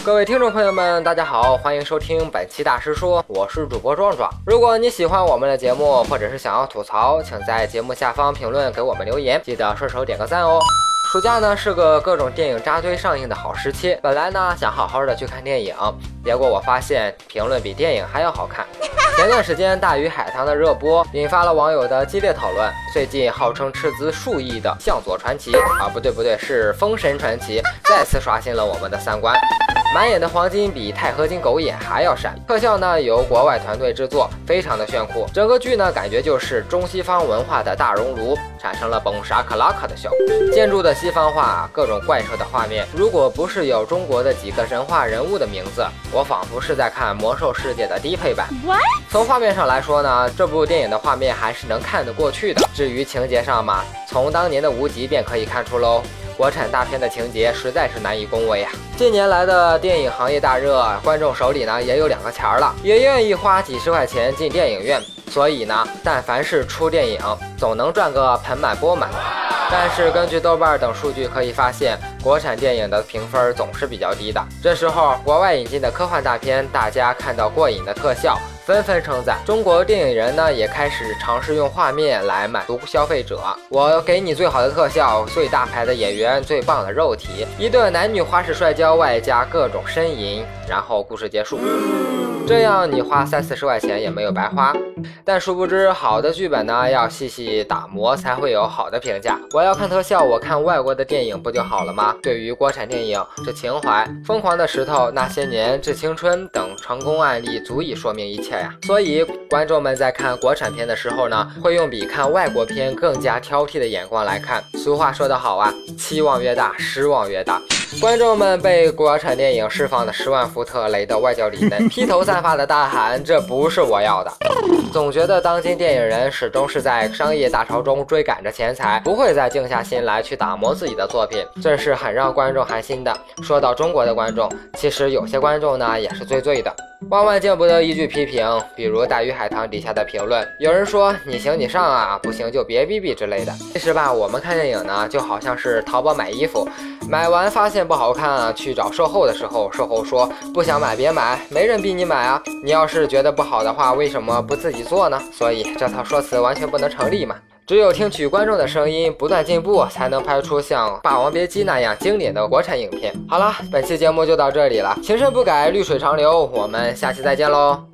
各位听众朋友们，大家好，欢迎收听本期大师说，我是主播壮壮。如果你喜欢我们的节目，或者是想要吐槽，请在节目下方评论给我们留言，记得顺手点个赞哦。暑假呢是个各种电影扎堆上映的好时期，本来呢想好好的去看电影，结果我发现评论比电影还要好看。前段时间大鱼海棠的热播引发了网友的激烈讨论，最近号称斥资数亿的向佐传奇不对，是封神传奇再次刷新了我们的三观。满眼的黄金比钛合金狗眼还要闪，特效呢由国外团队制作，非常的炫酷。整个剧呢感觉就是中西方文化的大熔炉，产生了崩沙克拉克的效果。建筑的西方化，各种怪兽的画面，如果不是有中国的几个神话人物的名字，我仿佛是在看魔兽世界的低配版。从画面上来说呢，这部电影的画面还是能看得过去的。至于情节上嘛，从当年的无极便可以看出喽。国产大片的情节实在是难以恭维啊！近年来的电影行业大热，观众手里呢也有2个钱了，也愿意花几十块钱进电影院，所以呢，但凡是出电影，总能赚个盆满钵满。但是根据豆瓣等数据可以发现，国产电影的评分总是比较低的。这时候，国外引进的科幻大片，大家看到过瘾的特效，纷纷称赞。中国电影人呢，也开始尝试用画面来满足消费者。我给你最好的特效，最大牌的演员，最棒的肉体，一顿男女花式摔跤，外加各种呻吟，然后故事结束。这样你花30-40块钱也没有白花。但殊不知，好的剧本呢，要细细打磨才会有好的评价。我要看特效，我看外国的电影不就好了吗？对于国产电影，这情怀、疯狂的石头、那些年、致青春等成功案例足以说明一切呀。所以观众们在看国产片的时候呢，会用比看外国片更加挑剔的眼光来看。俗话说得好啊，期望越大，失望越大。观众们被国产电影释放的10万伏特雷的外焦里嫩，披头散发的大喊：“这不是我要的！”总觉得当今电影人始终是在商业大潮中追赶着钱财，不会再静下心来去打磨自己的作品，这是很让观众寒心的。说到中国的观众，其实有些观众呢也是醉的。万万见不得一句批评，比如大鱼海棠底下的评论，有人说你行你上啊，不行就别逼逼之类的。其实吧，我们看电影呢，就好像是淘宝买衣服，买完发现不好看啊，去找售后的时候，售后说不想买别买，没人逼你买啊。你要是觉得不好的话，为什么不自己做呢？所以这套说辞完全不能成立嘛。只有听取观众的声音，不断进步，才能拍出像《霸王别姬》那样经典的国产影片。好了，本期节目就到这里了，情深不改，绿水长流，我们下期再见喽。